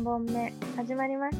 本目始まりました。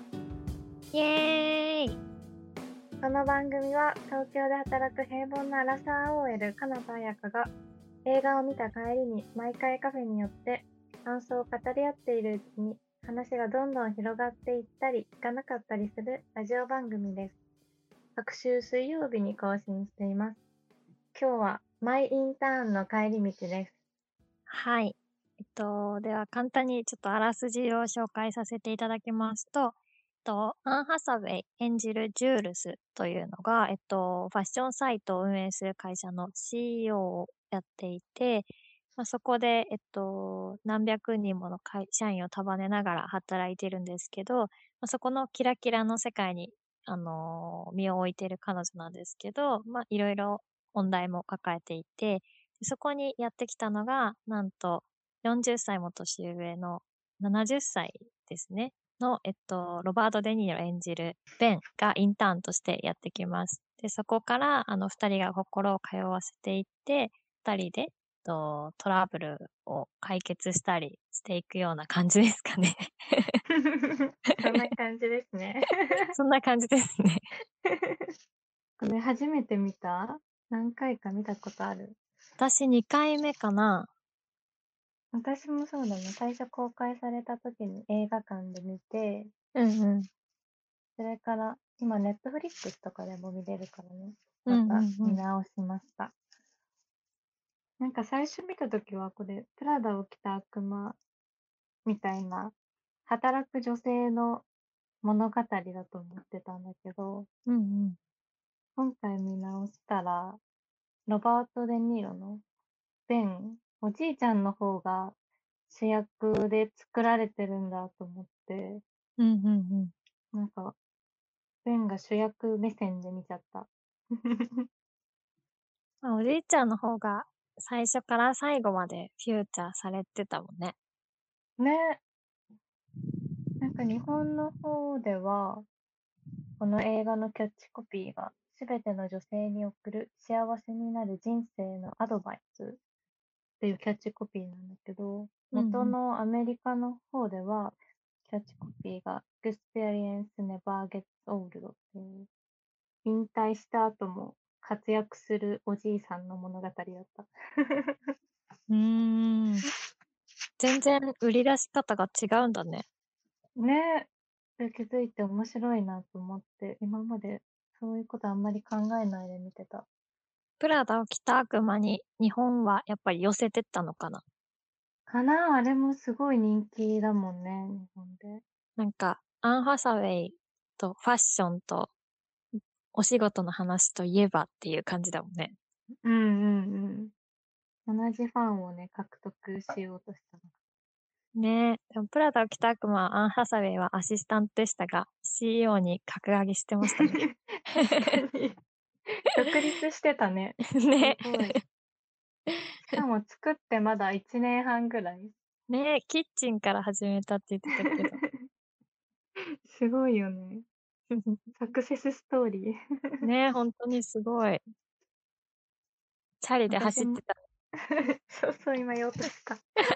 イエーイ。 この番組は東京で働く平凡なアラサー OL かなとあやかが映画を見た帰りに毎回カフェに寄って感想を語り合っているうちに話がどんどん広がっていったりいかなかったりするラジオ番組です。各週水曜日に更新しています。今日はマイインターンの帰り道です。 はい。では簡単にちょっとあらすじを紹介させていただきますと、アン・ハサウェイ演じるジュールスというのが、ファッションサイトを運営する会社の CEO をやっていて、そこで、何百人もの社員を束ねながら働いてるんですけど、そこのキラキラの世界に、身を置いている彼女なんですけど、いろいろ問題も抱えていて、そこにやってきたのが、なんと40歳も年上の70歳ですね。の、ロバート・デ・ニーロ演じるベンがインターンとしてやってきます。で、そこから、二人が心を通わせていって、二人で、トラブルを解決したりしていくような感じですかね。 そんな感じですね。 そんな感じですね。 これ初めて見た？何回か見たことある？ 私2回目かな。 私もそうだね。最初公開された時に映画館で見て、 うんうん。 それから今ネットフリックスとかでも見れるからね。まうんうたんうん。 見直しました。なんか最初見た時はこれ、プラダを着た悪魔みたいな、働く女性の物語だと思ってたんだけど、 うんうん。 今回見直したら、ロバート・デ・ニーロのベン、おじいちゃんの方が主役で作られてるんだと思って、 うんうんうん。 なんか、ベンが主役目線で見ちゃった。 おじいちゃんの方が最初から最後までフューチャーされてたもんね。 ね、なんか日本の方では、この映画のキャッチコピーが、すべての女性に送る幸せになる人生のアドバイスっていうキャッチコピーなんだけど、元うんうん。 のアメリカの方では、キャッチコピーが Experience never gets old っていう、引退した後も活躍するおじいさんの物語だった。 うーん。全然売り出し方が違うんだね。 ねえ、で気づいて面白いなと思って、今までそういうことあんまり考えないで見てた。 プラダを着た悪魔に日本はやっぱり寄せてったのかな。 かな、あれもすごい人気だもんね、日本で。 なんか、アン・ハサウェイとファッションとお仕事の話といえばっていう感じだもんね。 うんうんうん。同じファンをね、獲得しようとしたの。 ねえ。でもプラダを着た悪魔、アン・ハサウェイはアシスタントでしたが、CEO に格上げしてましたね。 確かに。独立してたね。 ね。 すごい。しかも作ってまだ1年半ぐらい。 ねえ、キッチンから始めたって言ってたけど。 すごいよね。サクセスストーリー。 ねえ、本当にすごい。チャリで走私も、 ってた。 そうそう、今言おうとした。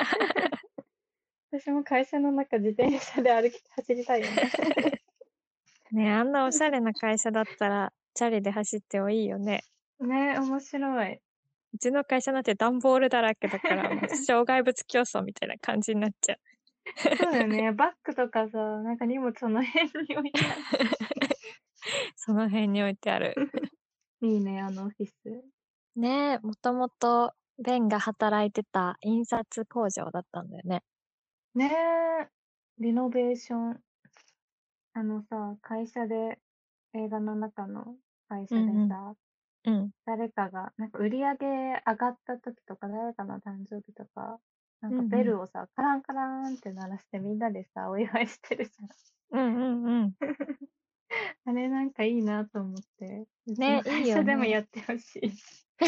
私も会社の中自転車で走りたいよね。 ねえ、あんなおしゃれな会社だったら、チャリで走ってもいいよね。 ね、面白い。 うちの会社なんて段ボールだらけだから、障害物競争みたいな感じになっちゃう。 そうだよね。バッグとかさ、なんか荷物その辺に置いてある。 その辺に置いてある。 いいね、あのオフィス。 ねえ、もともと、ベンが働いてた印刷工場だったんだよね。 ねえ、リノベーション。あのさ、会社で、映画の中の会社うんうん。 でさ、 うん。 誰かが、なんか売り上げ上がった時とか、誰かの誕生日とか、なんかうんうん。 ベルをさ、カランカランって鳴らしてみんなでさ、お祝いしてるじゃん。 うんうんうん。 あれなんかいいなと思って、うちのね、いいよ会社でもね。 やってほしい。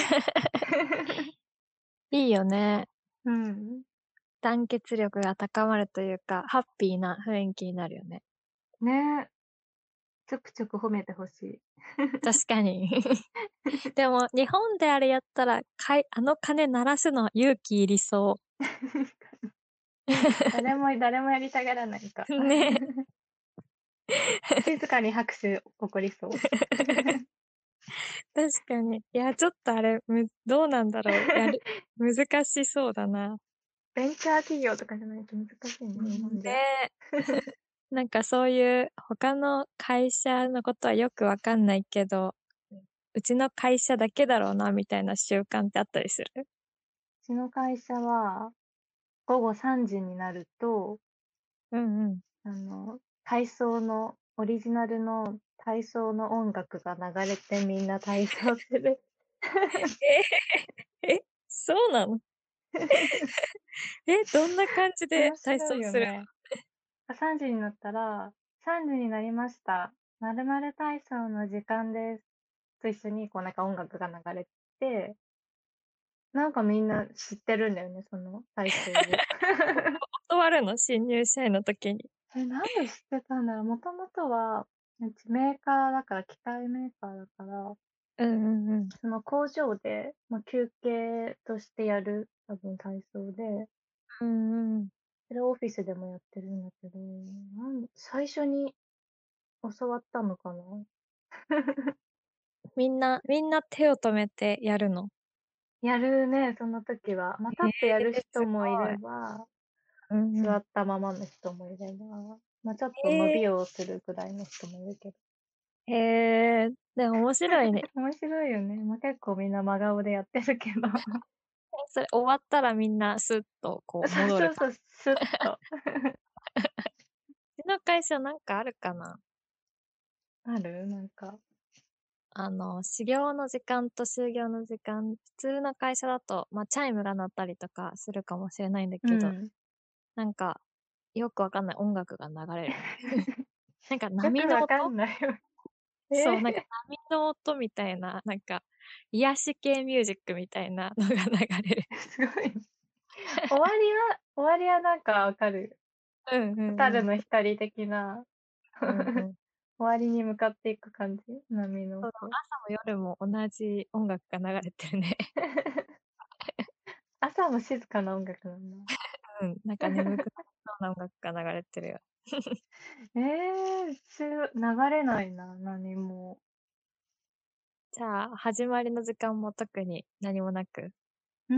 いいよね。 うん。 団結力が高まるというか、ハッピーな雰囲気になるよね。 ねえ、ちょくちょく褒めてほしい。 確かに。でも、日本であれやったら、あの鐘鳴らすの勇気いりそ誰もやりたがらないか。 ね。 静かに拍手起こりそう。 確かに。いや、ちょっとあれ、どうなんだろう。難しそうだな。 ベンチャー企業とかじゃないと難しいね、日本じゃ。 ね。なんかそういう他の会社のことはよくわかんないけど、うちの会社だけだろうな、みたいな習慣ってあったりする？ うちの会社は、午後3時になると、 うんうん。 オリジナルの体操の音楽が流れてみんな体操する。 そうなの？どんな感じで面体白いよ操するね。3時になったら、3時になりました。〇〇体操の時間です。と一緒に、こうなんか音楽が流れて、なんかみんな知ってるんだよね、その体操を。 教わるの？新入社員の時に。 なんで知ってたんだろう。もともとは、うちメーカーだから、機械メーカーだから、 うんうんうん。 その工場で、休憩としてやる、多分体操で、 うんうん。 それオフィスでもやってるんだけど、最初に教わったのかな。 みんな手を止めてやるの？ やるね、その時は。立ってやるす人もいごい。 れば、 うんうん。 座ったままの人もいれば、ちょっと伸えびをするぐらいの人もいるけど。 でも面白いね。 面白いよね。結構みんな真顔でやってるけど。 それ終わったらみんなスッとこうそう戻るか。 そうそう、スッと。 うちの会社なんかあるかな？ あるなんか。 始業の時間と就業の時間、普通の会社だと、チャイムが鳴ったりとかするかもしれないんだけど、 うん。 なんか、よくわかんない音楽が流れる。なんかよくわか波の音。 んないよ。 そう、なんかー、 波の音みたいな、なんか、癒し系ミュージックみたいなのが流れる。 すごい。終わりはなんかわかる。 うんうんうん。 蛍の光的な、 うんうん。 終わりに向かっていく感じ。波のそう、 音。 朝も夜も同じ音楽が流れてるね。 朝も静かな音楽なんだ。 うん、なんか眠くなりそうな音楽が流れてるよ。 うち流れないな、何も。 じゃあ、始まりの時間も特に何もなく。 うん、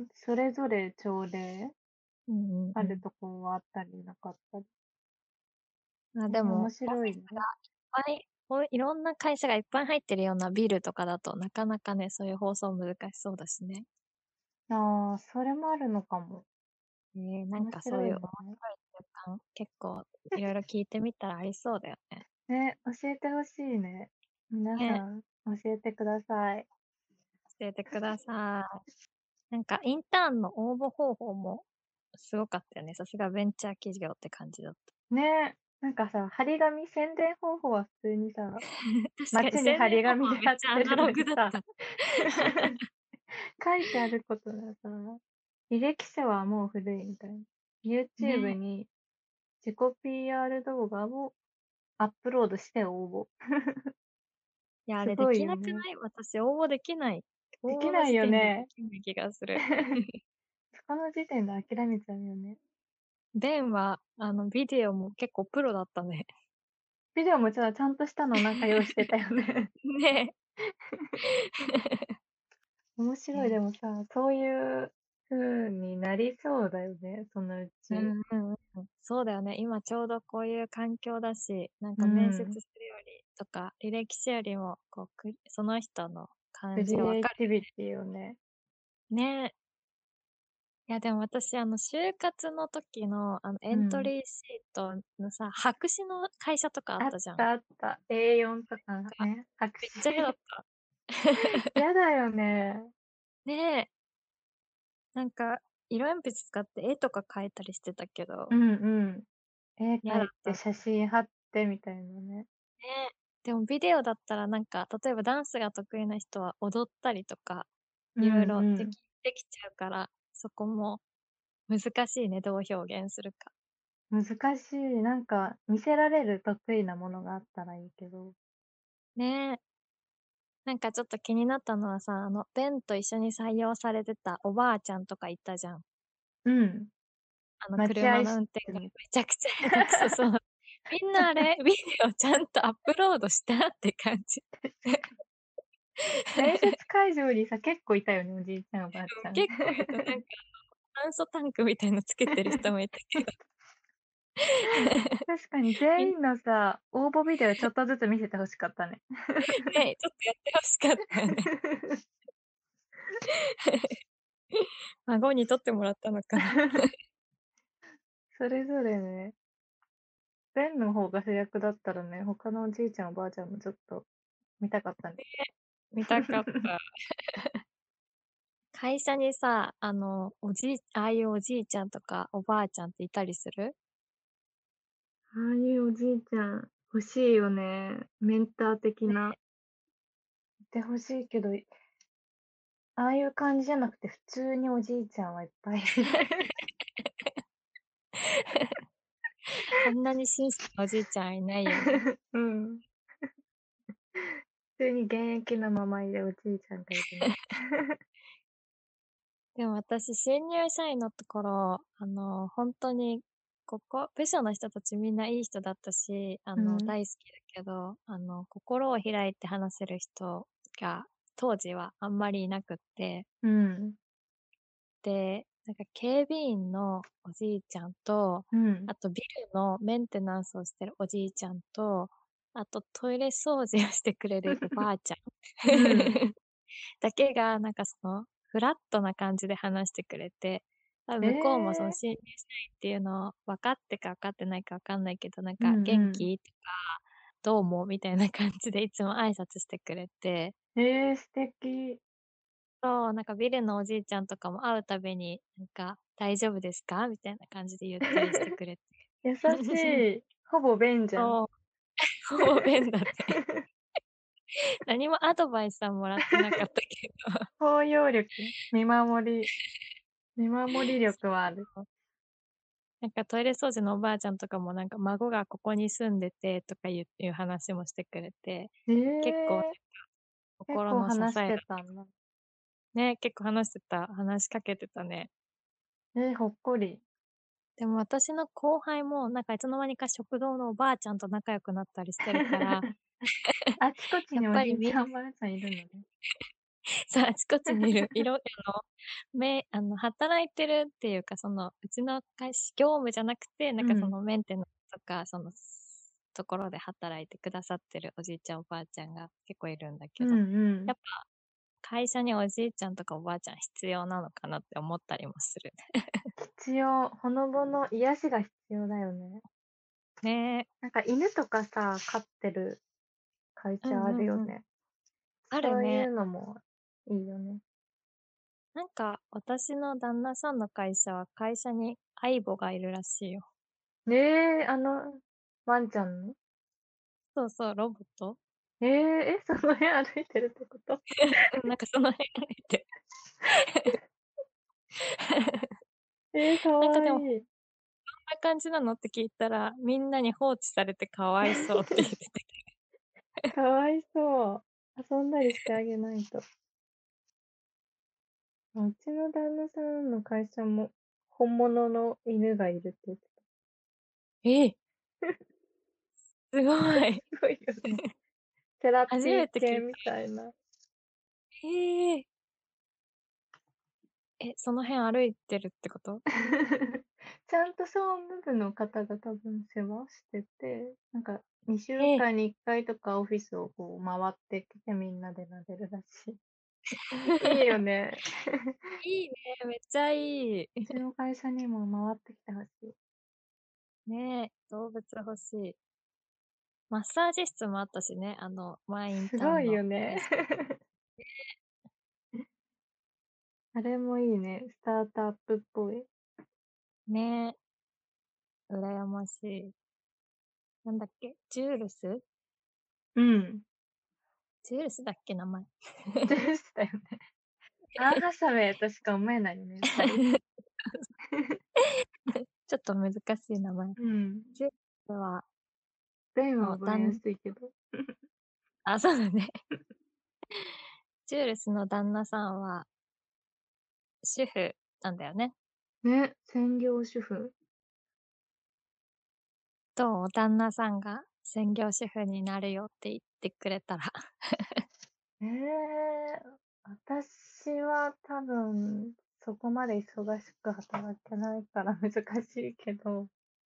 それぞれ朝礼うんうんあるうん。 とこはあったりなかったり。 でも、 面白いね。 いろんな会社がいっぱい入ってるようなビルとかだとなかなかね、そういう放送難しそうだしね。 ああ、それもあるのかも。 なん面かそういう面白いね。 白い習慣、結構いろいろ聞いてみたらありそうだよね。 ね、教えてほしいね。皆さね、 ん、教えてください。 教えてください。なんかインターンの応募方法もすごかったよね。さすがベンチャー企業って感じだった。 ね、なんかさ、張り紙宣伝方法は普通にさ、 確かに街に張宣伝方り紙で法めっちゃア貼ってるナログのにさ、 だった。 書いてあることがさ、履歴書はもう古いみたいな。YouTube ね。 に自己 PR 動画をアップロードして応募。 いや、あすれでごいよね。 きなくない？私応募できない。応募のできない時点ででよね。 きない気がする。 そこの時点で諦めちゃうよね。 ベンは、ビデオも結構プロだったね。 ビデオもちゃんとしたのなんか用意してたよね。 ね面白い。でもさ、そういう風になりそうだよね、そのううち。 んうんうん。そうだよね。今ちょうどこういう環境だし、なんうか面接ん。 するよりとか、履歴書よりも、その人のク感じがわかるリエイティビティをね。 よね。いや、でも私、就活の時の、エうん。 ントリーシートのさ、白紙の会社とかあっあったじゃん。 たあった。A4 とかかね。白めっちゃ嫌だっ紙。 た。 やだよね。 ねえ。なんか、色鉛筆使って絵とか描いたりしてたけど、 うんうん。絵描いて嫌だったね。 写真貼ってみたいなね。 でもビデオだったらなんか、例えばダンスが得意な人は踊ったりとか、 ういろいろんできちゃうから、そこも難しいね、どう表現するか。 うん。難しい。なんか、見せられる得意なものがあったらいいけど。 ねえ。なんかちょっと気になったのはさ、ベンと一緒に採用されてたおばあちゃんとかいたじゃん。 うん。 待合車の運転がめ室みちゃくちゃ早く、そうそう。みんなあれ、ビデオちゃんとアップロードしたって感じ。 面接会場にさ、結構いたよね、おじいちゃん、おばあちゃん。 結構いた。なんか酸素タンクみたいのつけてる人もいたけど。 確かにみん全員のさ、応募ビデオちょっとずつ見せてほしかったね。 ね、ちょっとやってほしかったよね。孫に撮ってもらったのかな。 それぞれね、ベンの方が主役だったらね、他のおじいちゃんおばあちゃんもちょっと見たかったね。 見たかった。会社にさ、ああいうおじいちゃんとかおばあちゃんっていたりする？ ああいうおじいちゃん欲しいよね。メンター的な。いてほしいけど、ああいう感じじゃなくて普通におじいちゃんはいっぱいいる。 そんなに親切なおじいちゃんいないよね。 うん。普通に現役のままいるおじいちゃんがいるね。 でも私、新入社員のところ、本当に、部署の人たちみんないい人だったし、 うん。 大好きだけど、心を開いて話せる人が、当時はあんまりいなくって、 うん。 で、なんか警備員のおじいちゃんと、 うん。 あとビルのメンテナンスをしてるおじいちゃんと、あとトイレ掃除をしてくれるおばあちゃんうん。 だけが、フラットな感じで話してくれて、多分え向こうもそのえ新入社員っていうのを分かってか分かってないか分かんないけど、 ー。うん元うん。 気とか、どうもみたいな感じでいつも挨拶してくれて、 ええー、素敵。 そう、ビルのおじいちゃんとかも会うたびに、大丈夫ですかみたいな感じでゆったりしてくれて。 優しい。ほぼベンじゃん。 そう、方便だね。何もアドバイスはもらってなかったけど。 包容力、見守り力はある。 トイレ掃除のおばあちゃんとかも孫がここに住んでてとかいう話もしてくれて、 え結構えー、結構心の支話しえだ。 てたんだ。 ね、結構話しかけてたね。 ほっこり。 でも私の後輩もいつの間にか食堂のおばあちゃんと仲良くなったりしてるから、 あちこちやっにおぱりみんなじいちゃんおばあちゃんいるのね。 さ、あちこちにいる、働いてるっていうか、うちの会社、業務じゃなくて、 うん。 メンテナンスとか、ところで働いてくださってるおじいちゃんおばあちゃんが結構いるんだうけど、 んうん。 やっぱ会社におじいちゃんとかおばあちゃん必要なのかなって思ったりもする。 必要。ほのぼの癒しが必要だよね。 ねえ。 なんか犬とかさ、飼ってる会うん社あうんうん。 るよね。そういあるね。 うのもいいよね。 私の旦那さんの会社は会社に相棒がいるらしいよ。 ねえ、ワンちゃんのそうそう、ロボット。 その辺歩いてるってこと？ その辺にいて。 かわでも、こんいい。 な感じなのって聞いたら、みんなに放置されてかわいそうって言ってて。 かわいそう。遊んだりしてあげないと。うちの旦那さんの会社も本物の犬がいるって言ってえ、すごた。 い。 すごいよね。セラ初ピーめて聞いた。 系みたいな。 ええその辺歩いてるってこと？ ちゃんと総務部の方が多分世話してて、なんか2週え、 間に1回とかオフィスをこう回ってきてみんなで撫でるらしい。いいよね。 いいね、めっちゃいい。 うちの会社にも回ってきてほしい。 ねえ、動物欲しい。マッサージ室もあったしね、前インすごターンのいよね。 会社。 あれもいいね。スタートアップっぽい。 ねえ、羨ましい。なんだっけジュールスうん。 ジュールスだっけ名前。 ジュースだよね。アンハサウェイとしか思えないよね、やっぱり。 ちょっと難しい名前。 うん。 ジュールスは、 ベンはそう、 覚えやすいけど。 あ、そうだね。ジュールスの旦那さんは主婦なんだよね。 ね、専業主婦。 どう旦那さんが専業主婦になるよって言ってくれたら。 私は多分、そこまで忙しく働けないから難しいけど。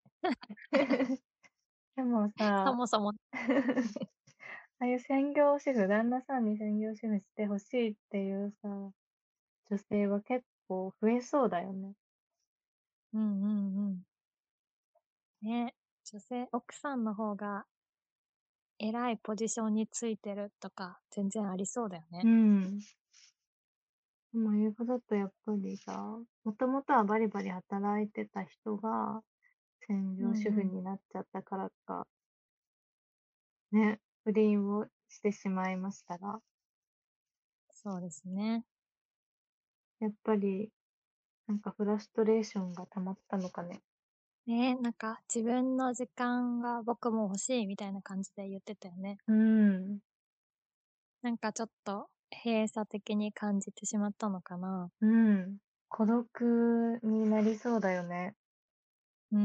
でもさ、 そもそも。 ああいう専業主婦、旦那さんに専業主婦してほしいっていうさ、女性は結構増えそうだよね。 うんうんうん。ね、女性、奥さんの方が偉いポジションについてるとか、全然ありそうだよね。 うん。でも英語だとやっぱりさ、もともとはバリバリ働いてた人が専業主婦うんうん。 になっちゃったからか、ね、不倫をしてしまいましたが、 そうですね。 やっぱりなんかフラストレーションが溜まったのかね。 ね、なんか自分の時間が僕も欲しいみたいな感じで言ってたよね。 うん、 なんかちょっと閉鎖的に感じてしまったのかな。 うん。孤独になりそうだよね。 うん。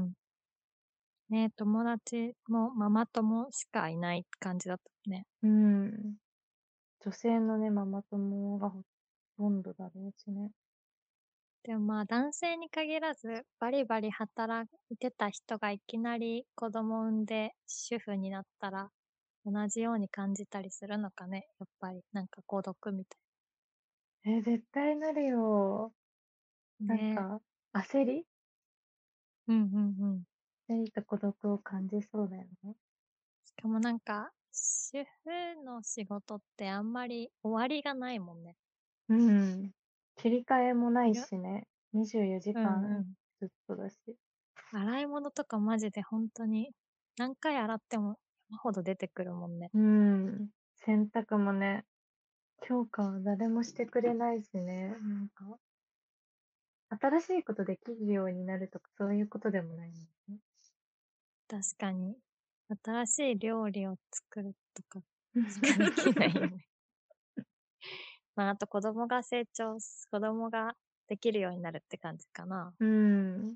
ね、友達もママ友しかいない感じだったね。 うん。女性のね、ママ友がほとんどだろうしね。 でもまあ男性に限らずバリバリ働いてた人がいきなり子供産んで主婦になったら同じように感じたりするのかね。やっぱりなんか孤独みた絶対なるよ。 い。ね。 なんか、焦りうんうんうん。 焦りと孤独を感じそうだよね。 しかもなんか主婦の仕事ってあんまり終わりがないもんね。 うん。切り替えもないいるしね。24時間うんうん。 ずっとだし。 洗い物とかマジで本当に何回洗っても山ほど出てくるもんね。 うん。洗濯もね、今日かは誰もしてくれないしね。なんか、新しいことできるようになるとか、そういうことでもないもんね。 確かに。新しい料理を作るとかしかできないよね。まあ、あと子供ができるようになるって感じかな。 うん。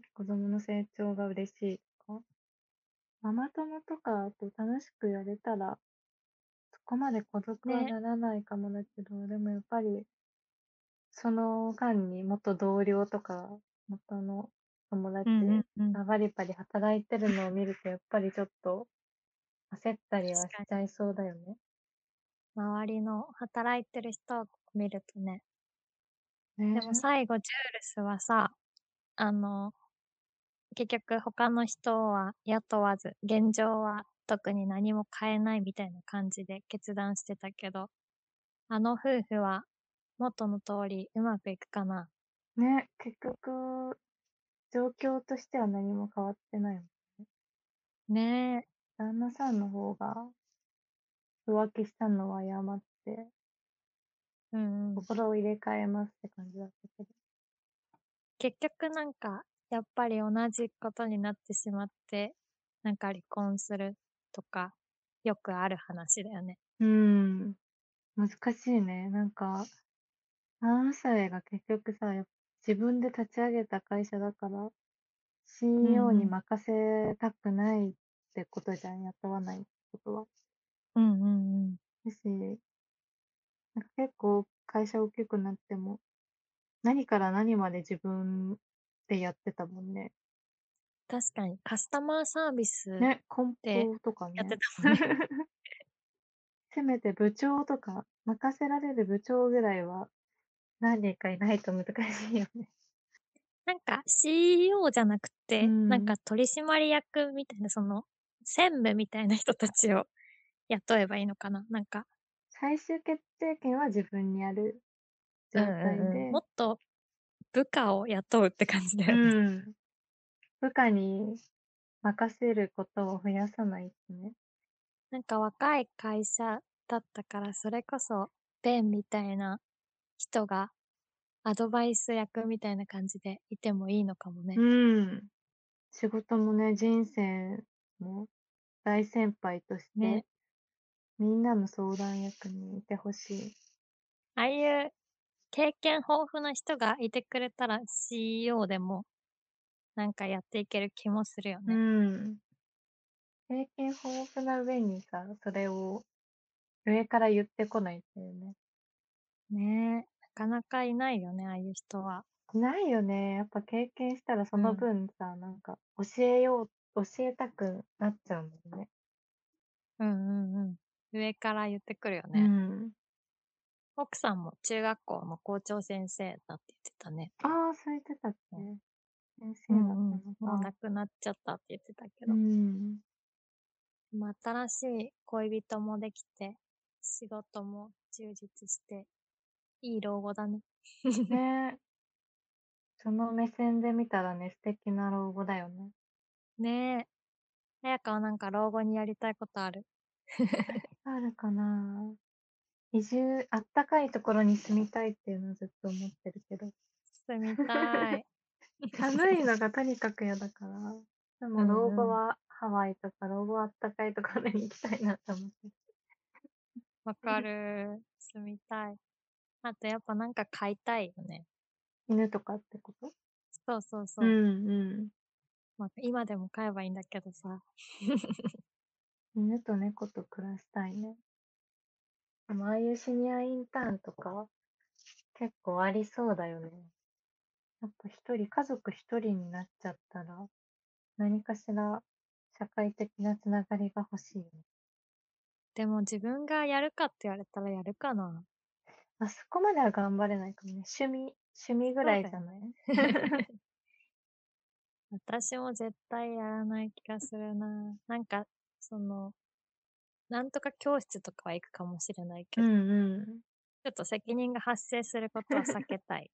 子供の成長が嬉しいとか。ママ友とかと楽しくやれたら、そこまで孤独はね。 ならないかもだけど、でもやっぱり、その間に元同僚とか、元の友達うんうんうん。 がバリバリ働いてるのを見ると、やっぱりちょっと焦ったりはし確かに。 ちゃいそうだよね。 周りの働いてる人を見るとね。でもね。 最後、ジュールスはさ、あの、結局他の人は雇わず、現状は特に何も変えないみたいな感じで決断してたけど、あの夫婦は元の通りうまくいくかな。 ね、結局、状況としては何も変わってないもん。 ねえ。 旦那さんの方が浮気したのは謝って、 うんうん。 心を入れ替えますって感じだったけど。 結局なんか、やっぱり同じことになってしまって、なんか離婚するとか、よくある話だよね。 うーん、難しいね。なんか、アン・ハサウェイが結局さ、自分で立ち上げた会社だから、 う CEO にんうん。 任せたくないってことじゃん、雇わないってことは。 うんうんうん。 だし、なんか結構会社大きくなっても、何から何まで自分でやってたもんね。 確かにカスタマーサービスね、梱で包とかやってね。 たもんね。 せめて部長とか、任せられる部長ぐらいは何人かいないと難しいよね。 なんか CEO じゃなくうて、なんん。 か取締役みたいな、専務みたいな人たちを雇えばいいのかな。なんか、 最終決定権は自分にあるうん状態うんうん。もで、 っと部下を雇うって感じだうよね。 ん。部下に任せることを増やさないとね。 なんか若い会社だったから、それこそ、ベンみたいな人がアドバイス役みたいな感じでいてもいいのかもね。 うん。仕事もね、人生も大先輩としね。 て、みんなの相談役にいてほしい。 ああいう経験豊富な人がいてくれたら CEO でもなんかやっていける気もするようね。 ん。経験豊富な上にさ、それを上から言ってこないっていうね。 ねえ。なかなかいないよね、ああいう人は。 ないよね。やっぱ経験したらそのうん。 分さ、なんか教えたくなっちゃうんだよね。 うんうんうん。上から言ってくるようね。 ん。 奥さんも中学校の校長先生だって言ってたね。 ああ、そう言ってたっけ？ うん先う生だったんうん。もう亡のか。 くなっちゃったって言ってたけうど。 ん。 まあ新しい恋人もできて、仕事も充実して、いい老後だね。 ねえ。その目線で見たらね、素敵な老後だよね。 ねえ。早川はなんか老後にやりたいことある？ あるかな。あったかいところに住みたいっていうのをずっと思ってるけど、 住みたい。 寒いのがとにかく嫌だから、でうも老後んうん。 はハワイとか老後はあったかいところに行きたいなと思ってる。 わかる。住みたい。あとやっぱなんか買いたいよね。 犬とかってこと？ そうそうそう。 うんうん。 まあ、今でも買えばいいんだけどさ。 犬と猫と暮らしたいね。でもああいうシニアインターンとか結構ありそうだよね。やっぱ家族一人になっちゃったら、何かしら社会的なつながりが欲しいよね。 でも自分がやるかって言われたらやるかな。 あそこまでは頑張れないかもね。趣味ぐそうらいじゃない？ だよね。私も絶対やらない気がするな。なんか、その、なんとか教室とかは行くかもしれないうけど、 んうん。 ちょっと責任が発生することは避けたい。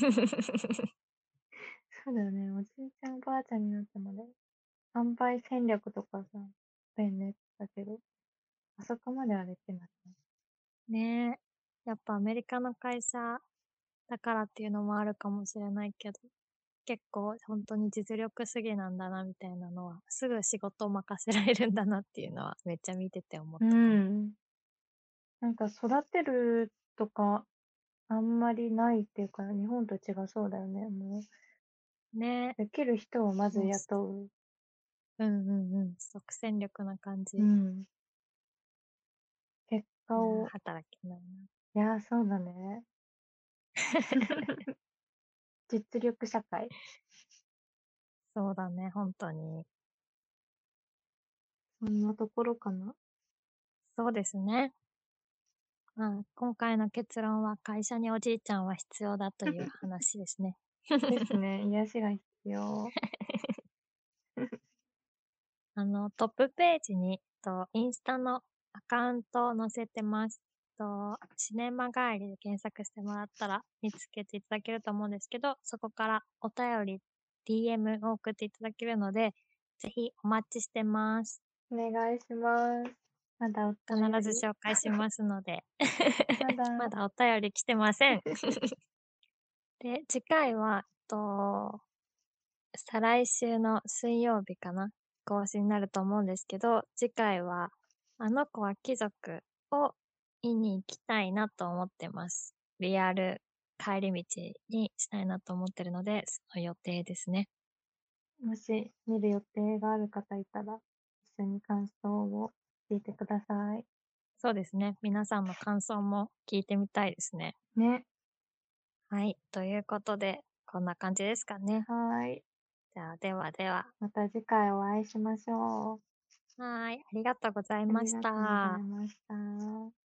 そうだよね。おじいちゃんおばあちゃんになってまで販売戦略とかさ、ペンネだけど、あそこまではできないね。 ねえ。やっぱアメリカの会社だからっていうのもあるかもしれないけど、結構本当に実力主義なんだなみたいなのは、すぐ仕事を任せられるんだなっていうのはめっちゃ見てて思っうたかも。 ん。なんか育てるとか、あんまりないっていうか、日本と違そうだよね。もねう、できる人をまずもう、 雇う。 うんうんうん、即戦力な感じ。いうん。結果やー、 を、 働けないいやー、そうだね。 な。 実力社会。 そうだね、本当に。 そんなところかな。 そうですね。まあ、今回の結論は会社におじいちゃんは必要だという話ですね。 ですね。癒しが必要。 トップページに、インスタのアカウントを載せてます。シネマ帰りで検索してもらったら見つけていただけると思うんですけど、そこからお便り、DM を送っていただけるので、ぜひお待ちしてます。 お願いします。まだお必ず便り。 紹介しますので。 ままだ、 だお便り来てません。で、次回は、再来週の水曜日かな更新になると思うんですけど、次回は、あの子は貴族を見に行きたいなと思ってます。リアル帰り道にしたいなと思ってるので、その予定ですね。 もし見る予定がある方いたら、一緒に感想を聞いてください。 そうですね。皆さんの感想も聞いてみたいですね。 ね。 はい。ということで、こんな感じですかね。 はーい。 じゃあ、ではでは。 また次回お会いしましょう。 はい。ありがとうございあましりがとうござた。 いました。